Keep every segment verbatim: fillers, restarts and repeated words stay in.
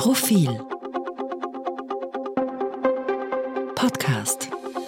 Profil Podcast.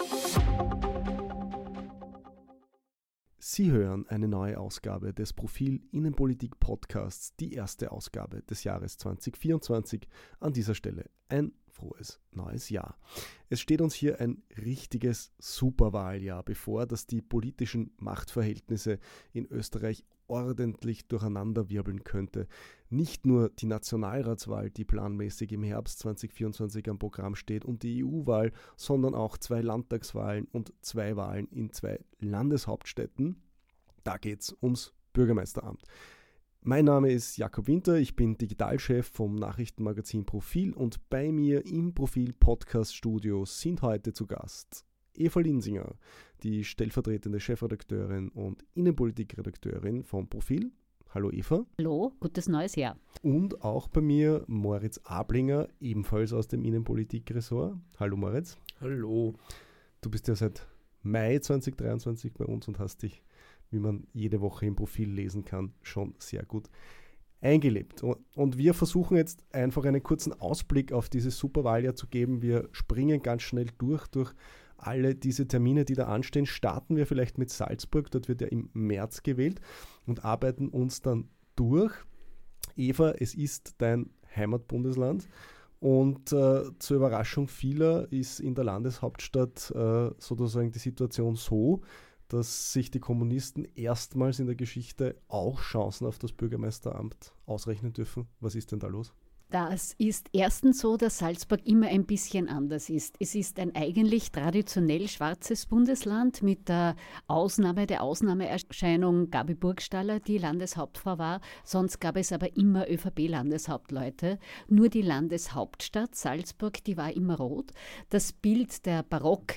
Sie hören eine neue Ausgabe des Profil Innenpolitik Podcasts, die erste Ausgabe des Jahres zwanzig vierundzwanzig. An dieser Stelle ein frohes neues Jahr. Es steht uns hier ein richtiges Superwahljahr bevor, das die politischen Machtverhältnisse in Österreich ordentlich durcheinanderwirbeln könnte. Nicht nur die Nationalratswahl, die planmäßig im Herbst zwanzig vierundzwanzig am Programm steht, und die E U-Wahl, sondern auch zwei Landtagswahlen und zwei Wahlen in zwei Landeshauptstädten. Da geht es ums Bürgermeisteramt. Mein Name ist Jakob Winter, ich bin Digitalchef vom Nachrichtenmagazin Profil und bei mir im Profil-Podcast-Studio sind heute zu Gast Eva Linsinger, die stellvertretende Chefredakteurin und Innenpolitikredakteurin vom Profil. Hallo Eva. Hallo, gutes neues Jahr. Und auch bei mir Moritz Ablinger, ebenfalls aus dem Innenpolitik-Ressort. Hallo Moritz. Hallo. Du bist ja seit Mai zwanzig dreiundzwanzig bei uns und hast dich, wie man jede Woche im Profil lesen kann, schon sehr gut eingelebt. Und wir versuchen jetzt einfach einen kurzen Ausblick auf dieses Superwahljahr zu geben. Wir springen ganz schnell durch, durch alle diese Termine, die da anstehen. Starten wir vielleicht mit Salzburg, dort wird ja im März gewählt, und arbeiten uns dann durch. Eva, es ist dein Heimatbundesland. Und äh, zur Überraschung vieler ist in der Landeshauptstadt äh, sozusagen die Situation so, dass sich die Kommunisten erstmals in der Geschichte auch Chancen auf das Bürgermeisteramt ausrechnen dürfen. Was ist denn da los? Das ist erstens so, dass Salzburg immer ein bisschen anders ist. Es ist ein eigentlich traditionell schwarzes Bundesland mit der Ausnahme der Ausnahmeerscheinung Gabi Burgstaller, die Landeshauptfrau war. Sonst gab es aber immer ÖVP-Landeshauptleute. Nur die Landeshauptstadt Salzburg, die war immer rot. Das Bild der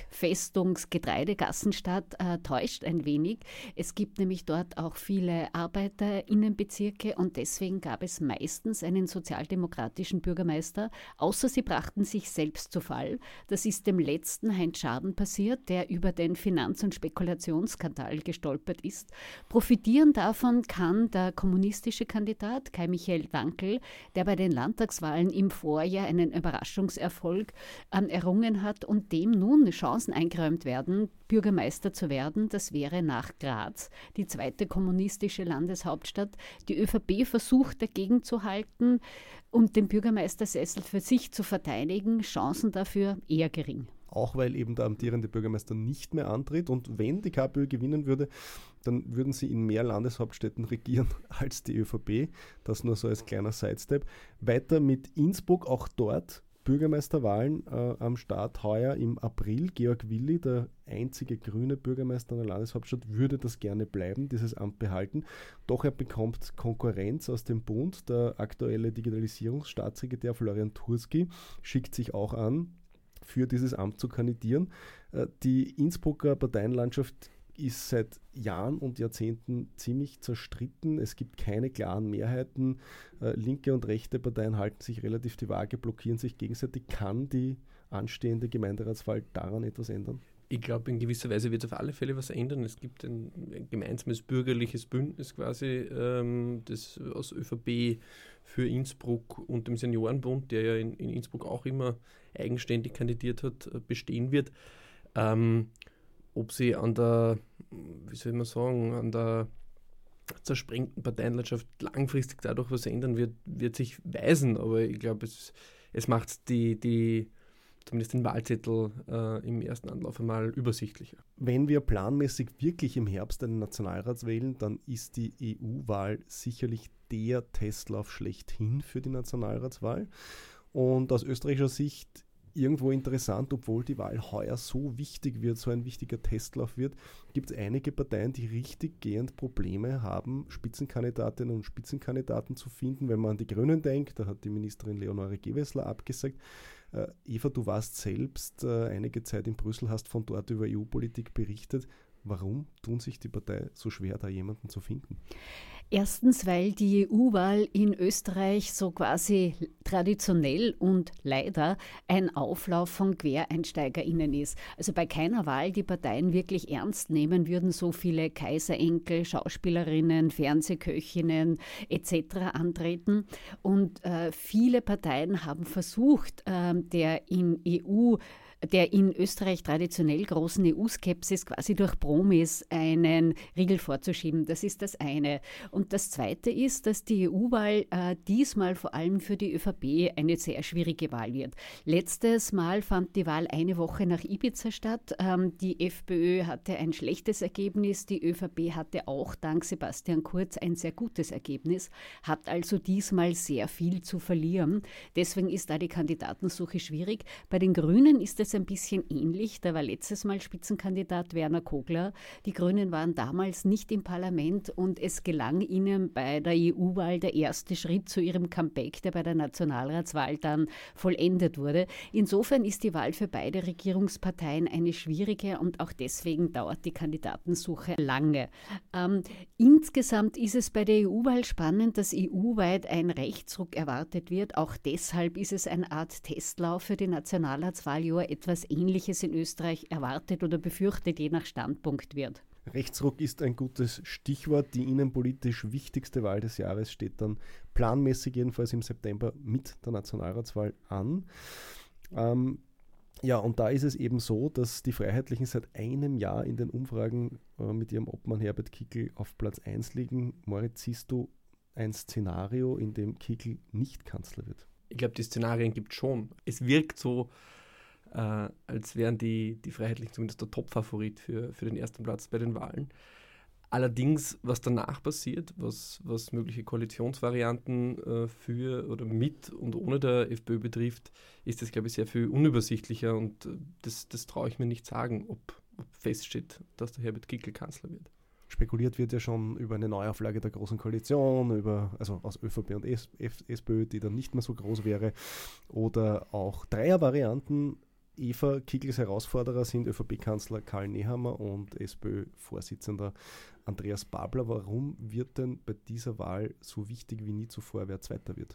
Barock-Festungs-Getreidegassenstadt äh, täuscht ein wenig. Es gibt nämlich dort auch viele ArbeiterInnenbezirke und deswegen gab es meistens einen sozialdemokratischen Bürgermeister, außer sie brachten sich selbst zu Fall. Das ist dem letzten Heinz Schaden passiert, der über den Finanz- und Spekulationsskandal gestolpert ist. Profitieren davon kann der kommunistische Kandidat Kai-Michael Dankel, der bei den Landtagswahlen im Vorjahr einen Überraschungserfolg ähm, errungen hat und dem nun Chancen eingeräumt werden, Bürgermeister zu werden. Das wäre nach Graz, die zweite kommunistische Landeshauptstadt. Die ÖVP versucht dagegen zu halten und den Bürgermeistersessel für sich zu verteidigen, Chancen dafür eher gering. Auch weil eben der amtierende Bürgermeister nicht mehr antritt, und wenn die KPÖ gewinnen würde, dann würden sie in mehr Landeshauptstädten regieren als die ÖVP. Das nur so als kleiner Sidestep. Weiter mit Innsbruck, auch dort Bürgermeisterwahlen äh, am Start heuer im April. Georg Willi, der einzige grüne Bürgermeister in der Landeshauptstadt, würde das gerne bleiben, dieses Amt behalten. Doch er bekommt Konkurrenz aus dem Bund. Der aktuelle Digitalisierungsstaatssekretär Florian Turski schickt sich auch an, für dieses Amt zu kandidieren. Äh, die Innsbrucker Parteienlandschaft ist seit Jahren und Jahrzehnten ziemlich zerstritten. Es gibt keine klaren Mehrheiten. Äh, linke und rechte Parteien halten sich relativ die Waage, blockieren sich gegenseitig. Kann die anstehende Gemeinderatswahl daran etwas ändern? Ich glaube, in gewisser Weise wird es auf alle Fälle was ändern. Es gibt ein, ein gemeinsames bürgerliches Bündnis quasi, ähm, das aus ÖVP für Innsbruck und dem Seniorenbund, der ja in, in Innsbruck auch immer eigenständig kandidiert hat, bestehen wird. Ähm, Ob sie an der, wie soll man sagen, an der zersprengten Parteienlandschaft langfristig dadurch was ändern wird, wird sich weisen. Aber ich glaube, es, es macht die, die, zumindest den Wahlzettel äh, im ersten Anlauf einmal übersichtlicher. Wenn wir planmäßig wirklich im Herbst einen Nationalrat wählen, dann ist die E U-Wahl sicherlich der Testlauf schlechthin für die Nationalratswahl. Und aus österreichischer Sicht irgendwo interessant, obwohl die Wahl heuer so wichtig wird, so ein wichtiger Testlauf wird, gibt es einige Parteien, die richtig gehend Probleme haben, Spitzenkandidatinnen und Spitzenkandidaten zu finden. Wenn man an die Grünen denkt, da hat die Ministerin Leonore Gewessler abgesagt. Äh, Eva, du warst selbst äh, einige Zeit in Brüssel, hast von dort über E U-Politik berichtet. Warum tun sich die Partei so schwer, da jemanden zu finden? Erstens, weil die E U-Wahl in Österreich so quasi traditionell und leider ein Auflauf von QuereinsteigerInnen ist. Also bei keiner Wahl die Parteien wirklich ernst nehmen würden, so viele Kaiserenkel, Schauspielerinnen, Fernsehköchinnen et cetera antreten. Und äh, viele Parteien haben versucht, äh, der in E U der in Österreich traditionell großen E U-Skepsis quasi durch Promis einen Riegel vorzuschieben. Das ist das eine. Und das Zweite ist, dass die E U-Wahl äh, diesmal vor allem für die ÖVP eine sehr schwierige Wahl wird. Letztes Mal fand die Wahl eine Woche nach Ibiza statt. Ähm, die FPÖ hatte ein schlechtes Ergebnis, die ÖVP hatte auch dank Sebastian Kurz ein sehr gutes Ergebnis, hat also diesmal sehr viel zu verlieren. Deswegen ist da die Kandidatensuche schwierig. Bei den Grünen ist es ein bisschen ähnlich. Da war letztes Mal Spitzenkandidat Werner Kogler. Die Grünen waren damals nicht im Parlament und es gelang ihnen bei der E U-Wahl der erste Schritt zu ihrem Comeback, der bei der Nationalratswahl dann vollendet wurde. Insofern ist die Wahl für beide Regierungsparteien eine schwierige und auch deswegen dauert die Kandidatensuche lange. Ähm, insgesamt ist es bei der E U-Wahl spannend, dass E U-weit ein Rechtsruck erwartet wird. Auch deshalb ist es eine Art Testlauf für die Nationalratswahl, etwas Ähnliches in Österreich erwartet oder befürchtet, je nach Standpunkt wird. Rechtsruck ist ein gutes Stichwort. Die innenpolitisch wichtigste Wahl des Jahres steht dann planmäßig jedenfalls im September mit der Nationalratswahl an. Ähm, ja, und da ist es eben so, dass die Freiheitlichen seit einem Jahr in den Umfragen äh, mit ihrem Obmann Herbert Kickl auf Platz eins liegen. Moritz, siehst du ein Szenario, in dem Kickl nicht Kanzler wird? Ich glaube, die Szenarien gibt es schon. Es wirkt so, Äh, als wären die, die Freiheitlichen zumindest der Top-Favorit für, für den ersten Platz bei den Wahlen. Allerdings, was danach passiert, was, was mögliche Koalitionsvarianten äh, für oder mit und ohne der FPÖ betrifft, ist das, glaube ich, sehr viel unübersichtlicher und äh, das, das traue ich mir nicht sagen, ob, ob feststeht, dass der Herbert Kickl Kanzler wird. Spekuliert wird ja schon über eine Neuauflage der Großen Koalition, über, also aus ÖVP und S- F- SPÖ, die dann nicht mehr so groß wäre, oder auch Dreiervarianten. Eva Kickls Herausforderer sind ÖVP-Kanzler Karl Nehammer und SPÖ-Vorsitzender Andreas Babler. Warum wird denn bei dieser Wahl so wichtig wie nie zuvor, wer Zweiter wird?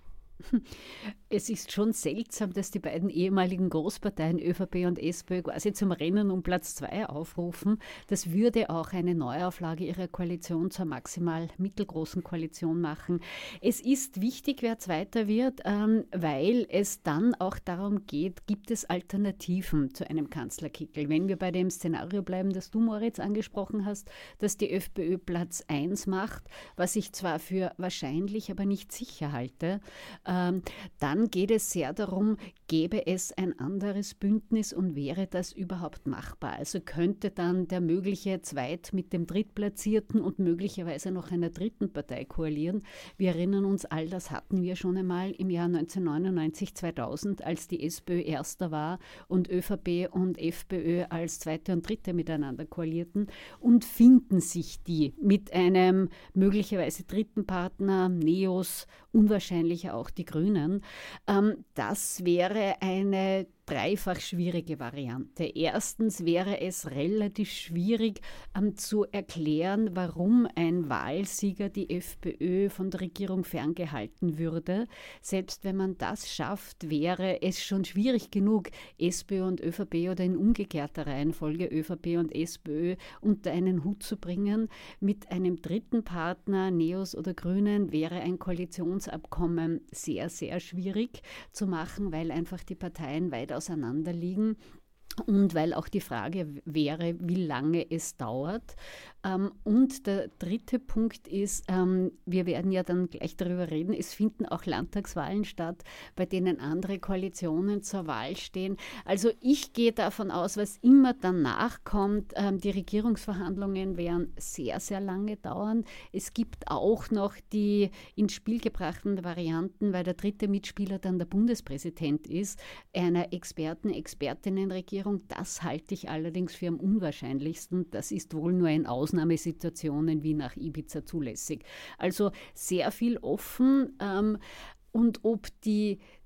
Es ist schon seltsam, dass die beiden ehemaligen Großparteien ÖVP und SPÖ quasi zum Rennen um Platz zwei aufrufen. Das würde auch eine Neuauflage ihrer Koalition zur maximal mittelgroßen Koalition machen. Es ist wichtig, wer Zweiter wird, ähm, weil es dann auch darum geht, gibt es Alternativen zu einem Kanzler Kickl. Wenn wir bei dem Szenario bleiben, das du, Moritz, angesprochen hast, dass die FPÖ Platz eins macht, was ich zwar für wahrscheinlich, aber nicht sicher halte, Ähm, dann geht es sehr darum, gäbe es ein anderes Bündnis und wäre das überhaupt machbar? Also könnte dann der mögliche Zweit- mit dem Drittplatzierten und möglicherweise noch einer dritten Partei koalieren. Wir erinnern uns, all das hatten wir schon einmal im Jahr neunzehnhundertneunundneunzig, zweitausend, als die SPÖ Erster war und ÖVP und FPÖ als Zweite und Dritte miteinander koalierten. Und finden sich die mit einem möglicherweise dritten Partner, Neos, unwahrscheinlicher auch die Grünen. Ähm, das wäre eine dreifach schwierige Variante. Erstens wäre es relativ schwierig ähm, zu erklären, warum ein Wahlsieger die FPÖ von der Regierung ferngehalten würde. Selbst wenn man das schafft, wäre es schon schwierig genug, SPÖ und ÖVP oder in umgekehrter Reihenfolge ÖVP und SPÖ unter einen Hut zu bringen. Mit einem dritten Partner, Neos oder Grünen, wäre ein Koalitionsabkommen sehr, sehr schwierig zu machen, weil einfach die Parteien weit auseinander liegen. Und weil auch die Frage wäre, wie lange es dauert. Ähm, und der dritte Punkt ist, ähm, wir werden ja dann gleich darüber reden, es finden auch Landtagswahlen statt, bei denen andere Koalitionen zur Wahl stehen. Also ich gehe davon aus, was immer danach kommt, ähm, die Regierungsverhandlungen werden sehr, sehr lange dauern. Es gibt auch noch die ins Spiel gebrachten Varianten, weil der dritte Mitspieler dann der Bundespräsident ist, einer Experten-Expertinnenregierung. Das halte ich allerdings für am unwahrscheinlichsten. Das ist wohl nur in Ausnahmesituationen wie nach Ibiza zulässig. Also sehr viel offen. Ähm, und ob die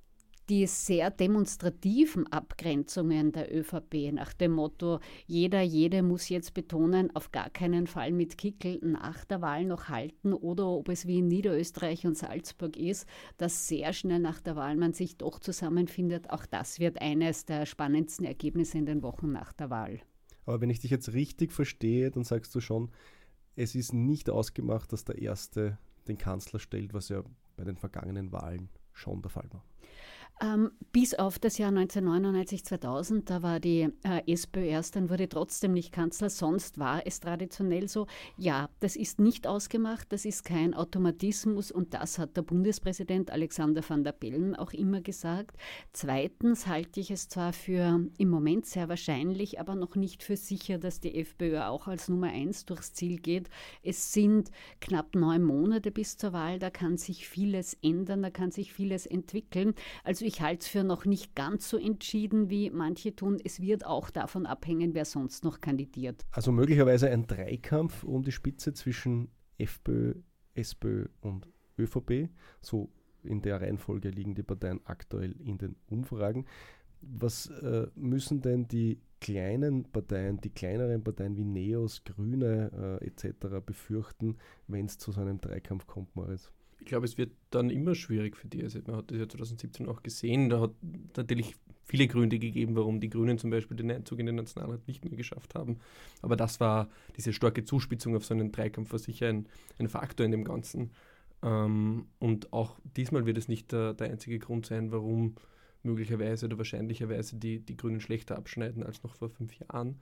die sehr demonstrativen Abgrenzungen der ÖVP nach dem Motto, jeder, jede muss jetzt betonen, auf gar keinen Fall mit Kickl nach der Wahl noch halten oder ob es wie in Niederösterreich und Salzburg ist, dass sehr schnell nach der Wahl man sich doch zusammenfindet. Auch das wird eines der spannendsten Ergebnisse in den Wochen nach der Wahl. Aber wenn ich dich jetzt richtig verstehe, dann sagst du schon, es ist nicht ausgemacht, dass der Erste den Kanzler stellt, was ja bei den vergangenen Wahlen schon der Fall war. Ähm, bis auf das Jahr neunzehnhundertneunundneunzig zweitausend, da war die äh, SPÖ erst, dann wurde trotzdem nicht Kanzler, sonst war es traditionell so. Ja, das ist nicht ausgemacht, das ist kein Automatismus und das hat der Bundespräsident Alexander Van der Bellen auch immer gesagt. Zweitens halte ich es zwar für im Moment sehr wahrscheinlich, aber noch nicht für sicher, dass die FPÖ auch als Nummer eins durchs Ziel geht. Es sind knapp neun Monate bis zur Wahl, da kann sich vieles ändern, da kann sich vieles entwickeln. Also ich halte es für noch nicht ganz so entschieden, wie manche tun. Es wird auch davon abhängen, wer sonst noch kandidiert. Also möglicherweise ein Dreikampf um die Spitze zwischen FPÖ, SPÖ und ÖVP. So in der Reihenfolge liegen die Parteien aktuell in den Umfragen. Was äh, müssen denn die kleinen Parteien, die kleineren Parteien wie Neos, Grüne äh, et cetera befürchten, wenn es zu so einem Dreikampf kommt, Moritz? Ich glaube, es wird dann immer schwierig für die. Also man hat das ja zwanzig siebzehn auch gesehen. Da hat natürlich viele Gründe gegeben, warum die Grünen zum Beispiel den Einzug in den Nationalrat nicht mehr geschafft haben. Aber das war diese starke Zuspitzung auf so einen Dreikampf, war sicher ein, ein Faktor in dem Ganzen. Ähm, und auch diesmal wird es nicht der, der einzige Grund sein, warum möglicherweise oder wahrscheinlicherweise die, die Grünen schlechter abschneiden als noch vor fünf Jahren.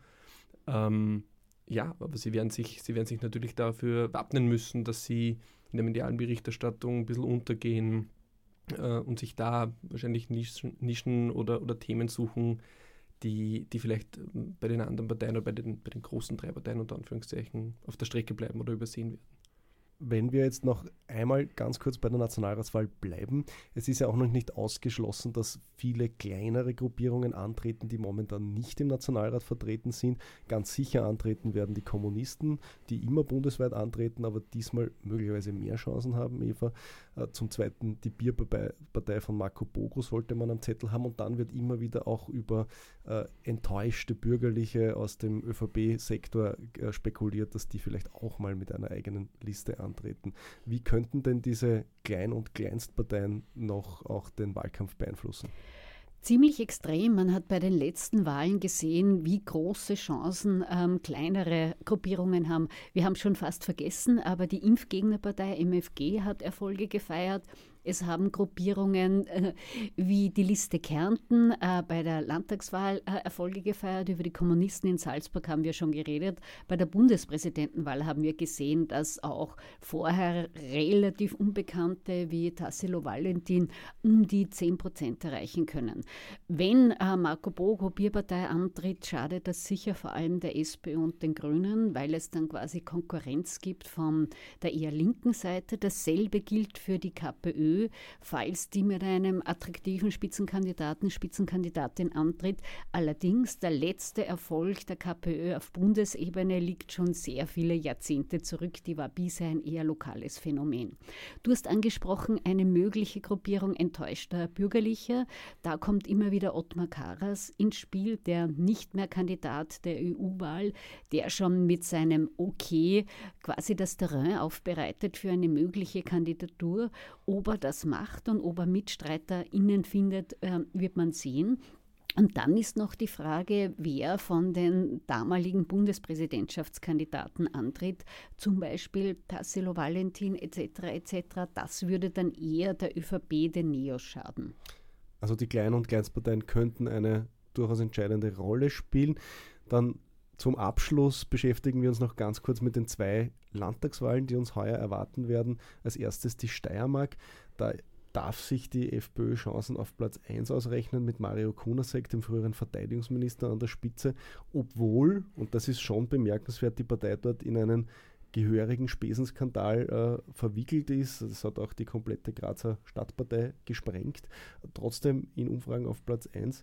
Ähm, ja, aber sie werden sich, sie werden sich natürlich dafür wappnen müssen, dass sie in der medialen Berichterstattung ein bisschen untergehen äh, und sich da wahrscheinlich Nischen, Nischen oder, oder Themen suchen, die, die vielleicht bei den anderen Parteien oder bei den, bei den großen drei Parteien unter Anführungszeichen auf der Strecke bleiben oder übersehen werden. Wenn wir jetzt noch einmal ganz kurz bei der Nationalratswahl bleiben, es ist ja auch noch nicht ausgeschlossen, dass viele kleinere Gruppierungen antreten, die momentan nicht im Nationalrat vertreten sind. Ganz sicher antreten werden die Kommunisten, die immer bundesweit antreten, aber diesmal möglicherweise mehr Chancen haben, Eva. Zum Zweiten die Bierpartei von Marco Bogo sollte man am Zettel haben und dann wird immer wieder auch über äh, enttäuschte Bürgerliche aus dem ÖVP-Sektor äh, spekuliert, dass die vielleicht auch mal mit einer eigenen Liste antreten. Wie könnten denn diese Klein- und Kleinstparteien noch auch den Wahlkampf beeinflussen? Ziemlich extrem. Man hat bei den letzten Wahlen gesehen, wie große Chancen ähm, kleinere Gruppierungen haben. Wir haben schon fast vergessen, aber die Impfgegnerpartei M F G hat Erfolge gefeiert. Es haben Gruppierungen äh, wie die Liste Kärnten äh, bei der Landtagswahl äh, Erfolge gefeiert. Über die Kommunisten in Salzburg haben wir schon geredet. Bei der Bundespräsidentenwahl haben wir gesehen, dass auch vorher relativ Unbekannte wie Tassilo Valentin um die zehn Prozent erreichen können. Wenn äh, Marco Bogo Bierpartei antritt, schadet das sicher vor allem der SPÖ und den Grünen, weil es dann quasi Konkurrenz gibt von der eher linken Seite. Dasselbe gilt für die KPÖ, falls die mit einem attraktiven Spitzenkandidaten, Spitzenkandidatin antritt. Allerdings der letzte Erfolg der KPÖ auf Bundesebene liegt schon sehr viele Jahrzehnte zurück. Die war bisher ein eher lokales Phänomen. Du hast angesprochen, eine mögliche Gruppierung enttäuschter Bürgerlicher. Da kommt immer wieder Ottmar Karas ins Spiel, der nicht mehr Kandidat der E U-Wahl, der schon mit seinem Okay quasi das Terrain aufbereitet für eine mögliche Kandidatur. Ob er das macht und ob er MitstreiterInnen findet, äh, wird man sehen. Und dann ist noch die Frage, wer von den damaligen Bundespräsidentschaftskandidaten antritt, zum Beispiel Tassilo Valentin et cetera et cetera. Das würde dann eher der ÖVP, den Neos schaden. Also die Klein- und Kleinstparteien könnten eine durchaus entscheidende Rolle spielen. Dann zum Abschluss beschäftigen wir uns noch ganz kurz mit den zwei Landtagswahlen, die uns heuer erwarten werden. Als erstes die Steiermark. Da darf sich die FPÖ Chancen auf Platz eins ausrechnen mit Mario Kunasek, dem früheren Verteidigungsminister, an der Spitze, obwohl, und das ist schon bemerkenswert, die Partei dort in einen gehörigen Spesenskandal äh, verwickelt ist. Das hat auch die komplette Grazer Stadtpartei gesprengt. Trotzdem in Umfragen auf Platz eins.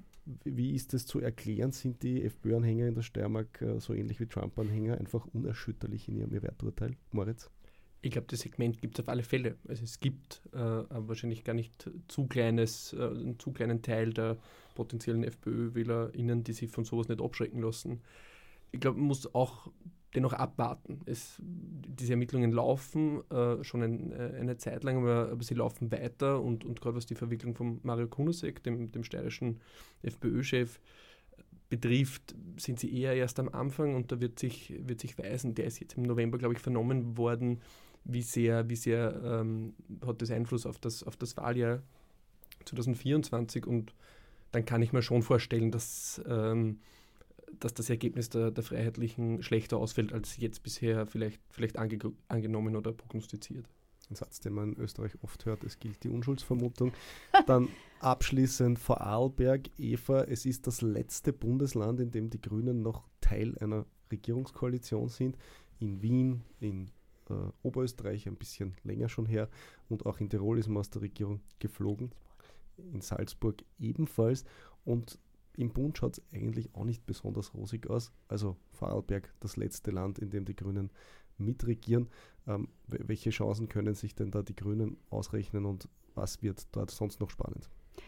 Wie ist das zu erklären? Sind die FPÖ-Anhänger in der Steiermark äh, so ähnlich wie Trump-Anhänger einfach unerschütterlich in ihrem Werturteil? Moritz? Ich glaube, das Segment gibt es auf alle Fälle. Also es gibt äh, wahrscheinlich gar nicht zu kleines, äh, einen zu kleinen Teil der potenziellen FPÖ-WählerInnen, die sich von sowas nicht abschrecken lassen. Ich glaube, man muss auch dennoch abwarten. Es, diese Ermittlungen laufen äh, schon ein, äh, eine Zeit lang, aber, aber sie laufen weiter und, und gerade was die Verwicklung von Mario Kunasek, dem, dem steirischen FPÖ-Chef, betrifft, sind sie eher erst am Anfang und da wird sich, wird sich weisen, der ist jetzt im November, glaube ich, vernommen worden, wie sehr, wie sehr ähm, hat das Einfluss auf das, auf das Wahljahr zwanzig vierundzwanzig und dann kann ich mir schon vorstellen, dass, ähm, dass das Ergebnis der, der Freiheitlichen schlechter ausfällt, als jetzt bisher vielleicht, vielleicht ange, angenommen oder prognostiziert. Ein Satz, den man in Österreich oft hört, es gilt die Unschuldsvermutung. Dann abschließend Vorarlberg. Eva, es ist das letzte Bundesland, in dem die Grünen noch Teil einer Regierungskoalition sind. In Wien, in äh, Oberösterreich ein bisschen länger schon her und auch in Tirol ist man aus der Regierung geflogen. In Salzburg ebenfalls. Und im Bund schaut es eigentlich auch nicht besonders rosig aus. Also Vorarlberg, das letzte Land, in dem die Grünen mitregieren. Ähm, welche Chancen können sich denn da die Grünen ausrechnen und was wird dort sonst noch spannend?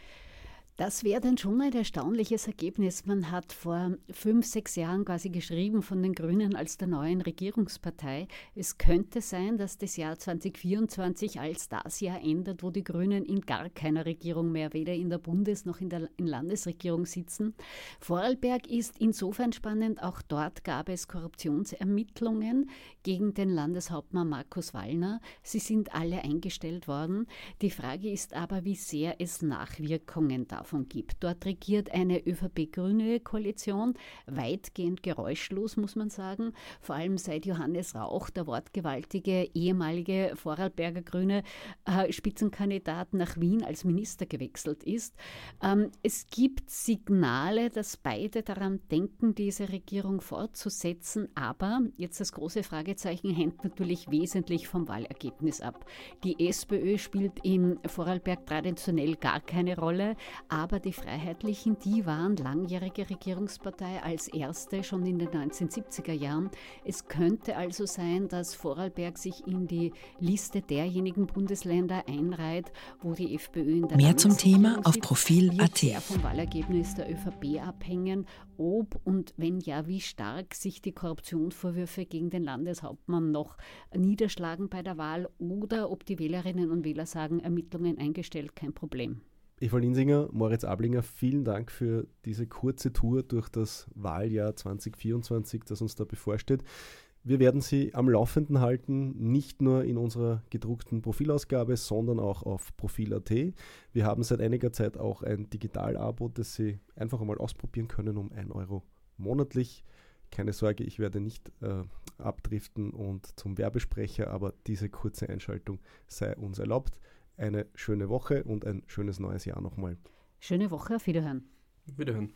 Das wäre dann schon ein erstaunliches Ergebnis. Man hat vor fünf, sechs Jahren quasi geschrieben von den Grünen als der neuen Regierungspartei. Es könnte sein, dass das Jahr zwanzig vierundzwanzig als das Jahr endet, wo die Grünen in gar keiner Regierung mehr, weder in der Bundes- noch in der in Landesregierung sitzen. Vorarlberg ist insofern spannend, auch dort gab es Korruptionsermittlungen gegen den Landeshauptmann Markus Wallner. Sie sind alle eingestellt worden. Die Frage ist aber, wie sehr es Nachwirkungen davon gibt. Dort regiert eine ÖVP-Grüne-Koalition, weitgehend geräuschlos, muss man sagen. Vor allem seit Johannes Rauch, der wortgewaltige ehemalige Vorarlberger Grüne äh, Spitzenkandidat, nach Wien als Minister gewechselt ist. Ähm, es gibt Signale, dass beide daran denken, diese Regierung fortzusetzen, aber jetzt das große Fragezeichen hängt natürlich wesentlich vom Wahlergebnis ab. Die SPÖ spielt in Vorarlberg traditionell gar keine Rolle, aber die Freiheitlichen, die waren langjährige Regierungspartei als erste schon in den neunzehnhundertsiebziger Jahren. Es könnte also sein, dass Vorarlberg sich in die Liste derjenigen Bundesländer einreiht, wo die FPÖ in der Mehr zum Thema auf Profil wird punkt at. sehr vom Wahlergebnis der ÖVP abhängen, ob und wenn ja, wie stark sich die Korruptionsvorwürfe gegen den Landeshauptmann noch niederschlagen bei der Wahl oder ob die Wählerinnen und Wähler sagen, Ermittlungen eingestellt, kein Problem. Eva Linsinger, Moritz Ablinger, vielen Dank für diese kurze Tour durch das Wahljahr zwanzig vierundzwanzig, das uns da bevorsteht. Wir werden Sie am Laufenden halten, nicht nur in unserer gedruckten Profilausgabe, sondern auch auf Profil punkt at. Wir haben seit einiger Zeit auch ein Digital-Abo, das Sie einfach einmal ausprobieren können um ein Euro monatlich. Keine Sorge, ich werde nicht äh, abdriften und zum Werbesprecher, aber diese kurze Einschaltung sei uns erlaubt. Eine schöne Woche und ein schönes neues Jahr nochmal. Schöne Woche, auf Wiederhören. Wiederhören.